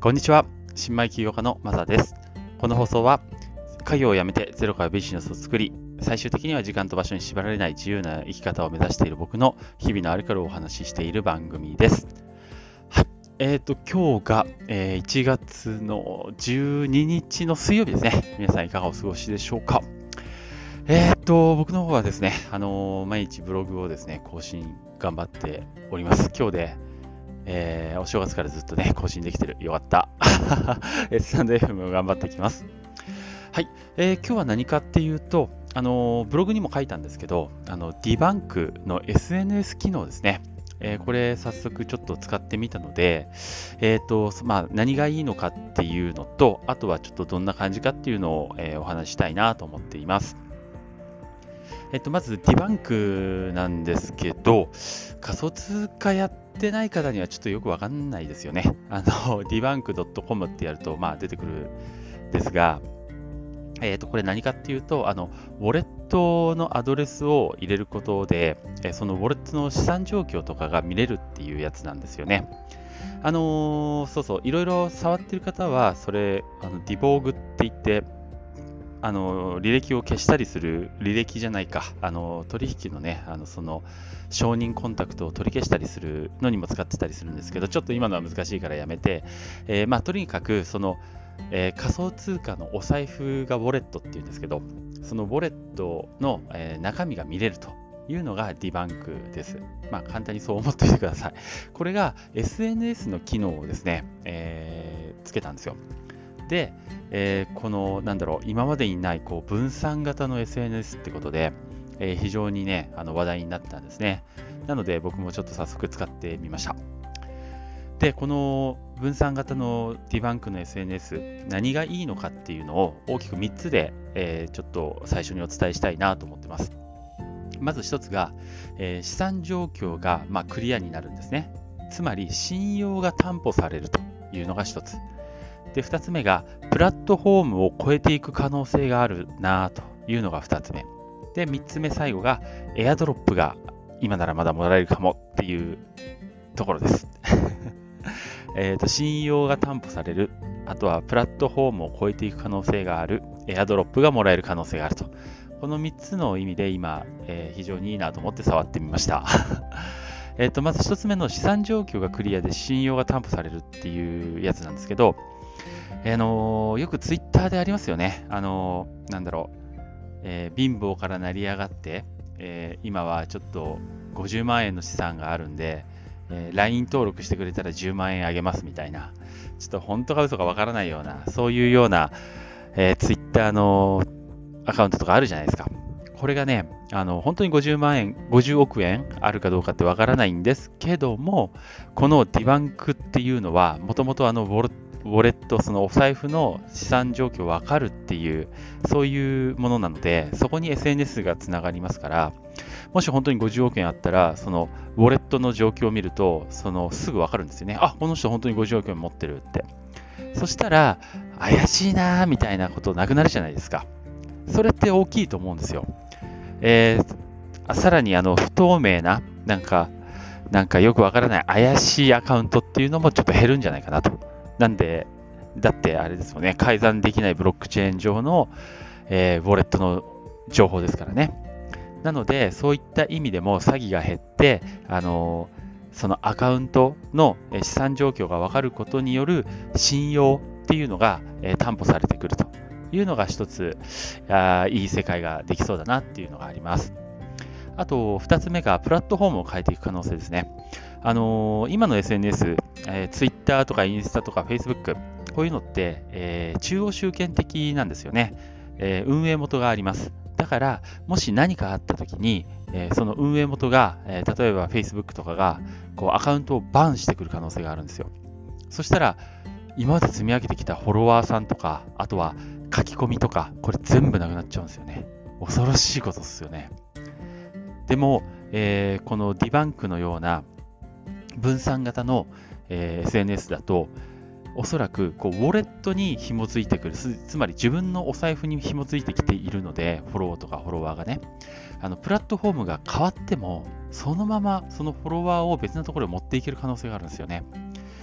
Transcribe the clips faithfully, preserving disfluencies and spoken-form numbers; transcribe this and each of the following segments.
こんにちは。新米起業家のマサです。この放送は、家業を辞めてゼロからビジネスを作り、最終的には時間と場所に縛られない自由な生き方を目指している僕の日々のあれからお話ししている番組です。はい。えっと、今日が、えーいちがつのじゅうににちの水曜日ですね。皆さんいかがお過ごしでしょうか。えっと、僕の方はですね、あのー毎日ブログをですね、更新頑張っております。今日で、えーお正月からずっとね、更新できてる。よかった。スタンド エフエム を頑張ってきます。はい、えー今日は何かっていうと、あのーブログにも書いたんですけど、あの、ディバンクの エスエヌエス 機能ですね。えーこれ早速ちょっと使ってみたので、えっと、まあ、何がいいのかっていうのと、あとはちょっとどんな感じかっていうのを、えーお話ししたいなと思っています。えっと、まず、ディバンクなんですけど、仮想通貨やってない方にはちょっとよくわかんないですよね。あの、ディバンクドットコム ってやると、まあ、出てくるんですが、えっと、これ何かっていうと、あの、ウォレットのアドレスを入れることで、えそのウォレットの資産状況とかが見れるっていうやつなんですよね。あのーそうそう、いろいろ触ってる方は、それ、あのディボーグって言って、あの履歴を消したりする、履歴じゃないか、あの取引のね、あのその承認コンタクトを取り消したりするのにも使ってたりするんですけど、ちょっと今のは難しいからやめて、えーまあ、とにかくその、えー仮想通貨のお財布がウォレットっていうんですけど、そのウォレットの、えー中身が見れるというのがディバンクです。まあ、簡単にそう思っておいてください。これが エスエヌエス の機能をですね、えーつけたんですよ。で、えーこの、なんだろう、今までにないこう分散型の エスエヌエス ってことで、えー非常にね、あの話題になったんですね。なので、僕もちょっと早速使ってみました。で、この分散型のディバンクの エスエヌエス、何がいいのかっていうのを大きくみっつで、えーちょっと最初にお伝えしたいなと思ってます。まず一つが、えー資産状況が、まあ、クリアになるんですね。つまり、信用が担保されるというのが一つ。で、二つ目が、プラットフォームを超えていく可能性があるなというのが二つ目。で、三つ目最後が、エアドロップが今ならまだもらえるかもっていうところです。えと、信用が担保される。あとは、プラットフォームを超えていく可能性がある。エアドロップがもらえる可能性があると。このみっつの意味で今、えー非常にいいなと思って触ってみました。えっと、まず一つ目の資産状況がクリアで信用が担保されるっていうやつなんですけど、あのーよくツイッターでありますよね。あのーなんだろう、えー貧乏から成り上がって、えー今はちょっとごじゅうまんえんの資産があるんで、えー ライン 登録してくれたらじゅうまんえんあげますみたいな、ちょっと本当か嘘かわからないような、そういうような、えー、ツイッターのアカウントとかあるじゃないですか。これがね、あの本当にごじゅうまんえん、ごじゅうおくえんあるかどうかってわからないんですけども、このディバンクっていうのは、もともとあのウォルウォレット、そのお財布の資産状況わかるっていう、そういうものなので、そこに エスエヌエス がつながりますから、もし本当にごじゅうおくえんあったら、そのウォレットの状況を見ると、そのすぐわかるんですよね。あ、この人本当にごじゅうおくえん持ってるって。そしたら、怪しいなーみたいなことなくなるじゃないですか。それって大きいと思うんですよ。えー、さらにあの不透明な、なんか、なんかよくわからない怪しいアカウントっていうのもちょっと減るんじゃないかなと。なんで、だってあれですよね、改ざんできないブロックチェーン上の、えー、ウォレットの情報ですからね。なので、そういった意味でも詐欺が減って、あのーそのアカウントのえー資産状況がわかることによる信用っていうのが、えー担保されてくるというのが一つ、あーいい世界ができそうだなっていうのがあります。あと、二つ目がプラットフォームを変えていく可能性ですね。あのー今の エスエヌエス、えー、Twitter とかインスタとか Facebook、こういうのって、えー中央集権的なんですよね、えー運営元があります。だから、もし何かあったときに、えーその運営元が、えー例えば Facebook とかがこうアカウントをバンしてくる可能性があるんですよ。そしたら、今まで積み上げてきたフォロワーさんとか、あとは書き込みとか、これ全部なくなっちゃうんですよね。恐ろしいことですよね。でも、えーこのディバンクのような分散型の、えー エスエヌエス だと、おそらくこうウォレットに紐づいてくる、つつまり自分のお財布に紐づいてきているので、フォローとかフォロワーがね、あのプラットフォームが変わっても、そのままそのフォロワーを別のところに持っていける可能性があるんですよね。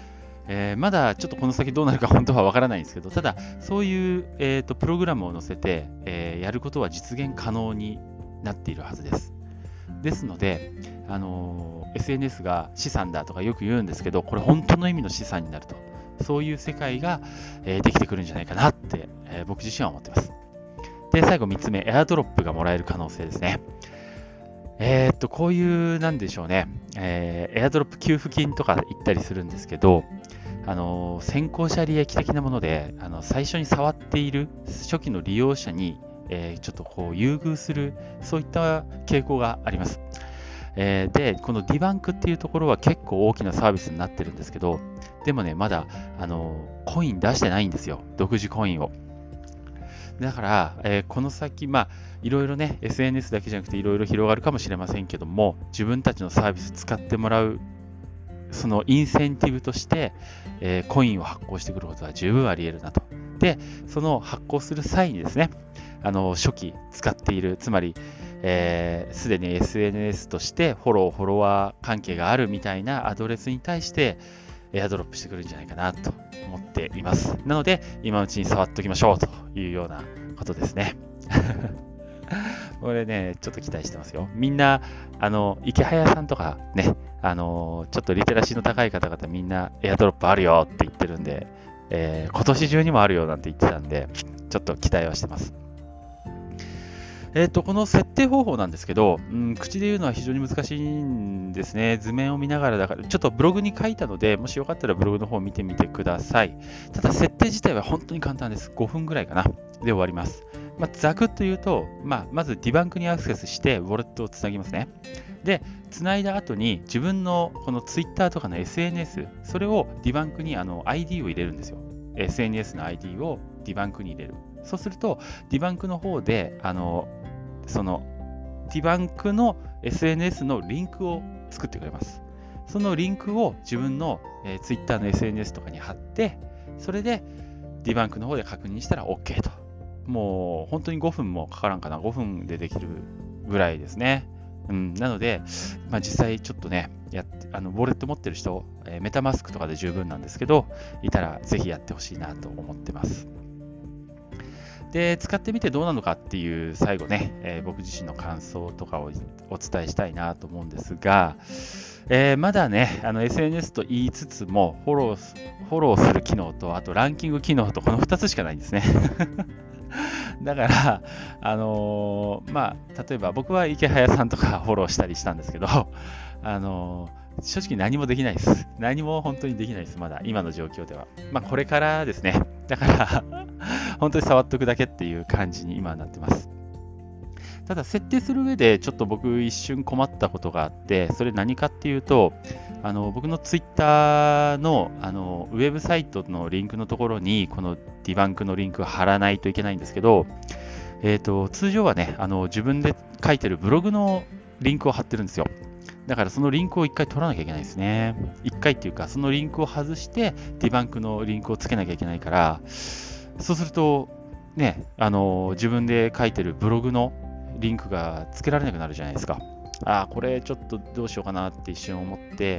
えーまだちょっとこの先どうなるか本当はわからないんですけど、ただそういう、えーとプログラムを載せて、えーやることは実現可能になっているはずです。ですので、あのー エスエヌエス が資産だとかよく言うんですけど、これ本当の意味の資産になると、そういう世界が、えーできてくるんじゃないかなって、えー僕自身は思ってます。で、最後みっつめ、エアドロップがもらえる可能性ですね。えーっと、こういう、なんでしょうね、えーエアドロップ給付金とか言ったりするんですけど、あのー先行者利益的なもので、あの最初に触っている初期の利用者に、えーちょっとこう優遇する、そういった傾向があります。えーで、このディバンクっていうところは結構大きなサービスになってるんですけど、でもね、まだ、あのーコイン出してないんですよ。独自コインを。だから、えーこの先、まあ、いろいろね、エスエヌエス だけじゃなくていろいろ広がるかもしれませんけども、自分たちのサービス使ってもらう、そのインセンティブとして、えーコインを発行してくることは十分あり得るなと。で、その発行する際にですね、あの初期使っている、つまり、えーすでに エスエヌエス としてフォロー、フォロワー関係があるみたいなアドレスに対して、エアドロップしてくるんじゃないかなと思っています。なので、今のうちに触っておきましょうというようなことですね。これね、ちょっと期待してますよ。みんな、あの、池早さんとかね、あの、ちょっとリテラシーの高い方々みんなエアドロップあるよって言ってるんで、えー今年中にもあるよなんて言ってたんで、ちょっと期待はしてます。えっと、この設定方法なんですけど、うん、口で言うのは非常に難しいんですね。図面を見ながらだから、ちょっとブログに書いたので、もしよかったらブログの方を見てみてください。ただ、設定自体は本当に簡単です。ごふんぐらいかな。で終わります。まあ、ざくっと言うと、まあ、まずディバンクにアクセスして、ウォレットをつなぎますね。で、つないだ後に自分のこの Twitter とかの エスエヌエス、それをディバンクにあの アイディー を入れるんですよ。エスエヌエス の アイディー をディバンクに入れる。そうすると、ディバンクの方で、あの、そのディバンクの エスエヌエス のリンクを作ってくれます。そのリンクを自分の、えー、Twitter の エスエヌエス とかに貼って、それでディバンクの方で確認したら OK と。もう本当にごふんもかからんかな。ごふんでできるぐらいですね。うん、なので、まあ、実際ちょっとね、やってあのウォレット持ってる人、えー、メタマスクとかで十分なんですけど、いたらぜひやってほしいなと思ってます。で、使ってみてどうなのかっていう最後ね、えー僕自身の感想とかをお伝えしたいなと思うんですが、えーまだね、あの エスエヌエス と言いつつもフォローす、フォローする機能と、あとランキング機能と、このふたつしかないんですね。だから、あのーまあ、例えば僕は池早さんとかフォローしたりしたんですけど、あのー正直何もできないです。何も本当にできないです。まだ、今の状況では。まあ、これからですね。だから本当に触っとくだけっていう感じに今はなってます。ただ、設定する上でちょっと僕一瞬困ったことがあって、それ何かっていうと、あの僕のツイッターのあのウェブサイトのリンクのところに、このディバンクのリンクを貼らないといけないんですけど、えーと、通常はね、あの自分で書いてるブログのリンクを貼ってるんですよ。だからそのリンクを一回取らなきゃいけないですね。一回っていうか、そのリンクを外して、ディバンクのリンクをつけなきゃいけないから、そうすると、ね、あの自分で書いてるブログのリンクがつけられなくなるじゃないですか。ああ、これちょっとどうしようかなって一瞬思って、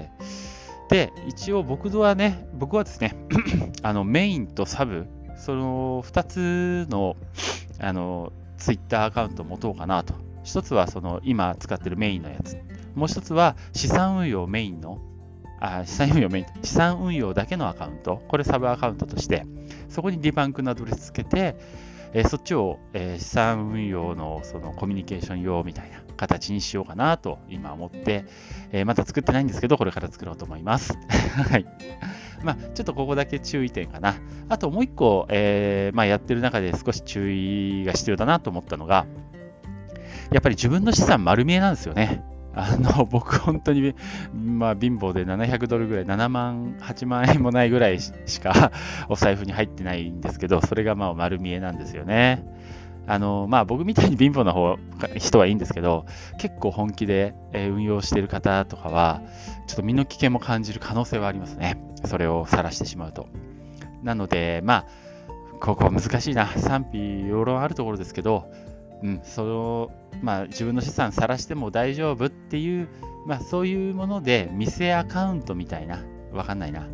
で、一応僕はね、僕はですね、あのメインとサブ、そのふたつの、あのツイッターアカウントを持とうかなと。一つはその今使ってるメインのやつ。もう一つは資産運用メインの、あ資産運用メイン、資産運用だけのアカウント。これサブアカウントとして、そこにディバンクのアドレスつけて、えーそっちを、えー資産運用のそのコミュニケーション用みたいな形にしようかなと今思って、えーまだ作ってないんですけど、これから作ろうと思います。はい。まあ、ちょっとここだけ注意点かな。あともう一個、えーまあ、やってる中で少し注意が必要だなと思ったのが、やっぱり自分の資産丸見えなんですよね。あの僕、本当に、まあ、貧乏でななひゃくドルぐらい、ななまん、はちまん円もないぐらいしかお財布に入ってないんですけど、それがまあ丸見えなんですよね。あのまあ、僕みたいに貧乏な方人はいいんですけど、結構本気でえー運用している方とかは、ちょっと身の危険も感じる可能性はありますね。それを晒してしまうと。なので、まあ、ここ難しいな。賛否両論あるところですけど、うん、そのまあ、自分の資産晒しても大丈夫っていう、まあ、そういうもので、店アカウントみたいな、わかんないな。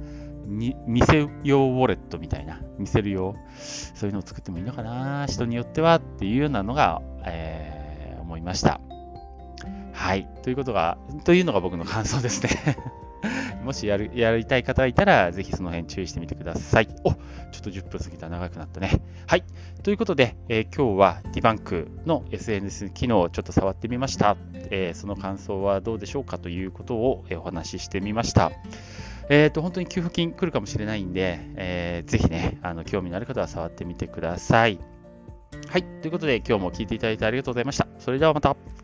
に見せ用ウォレットみたいな、見せる用、そういうのを作ってもいいのかな、人によってはっていうようなのが、えー、思いました。はい。ということが、というのが僕の感想ですね。もしやる、やりたい方がいたら、ぜひその辺注意してみてください。お、ちょっとじゅっぷん過ぎた、長くなったね。はい。ということで、えー、今日は DeBank の エスエヌエス 機能をちょっと触ってみました。えー、その感想はどうでしょうかということを、えー、お話ししてみました。えーと、本当に給付金来るかもしれないんで、えー、ぜひね、あの、興味のある方は触ってみてください。はい。ということで、今日も聞いていただいてありがとうございました。それではまた。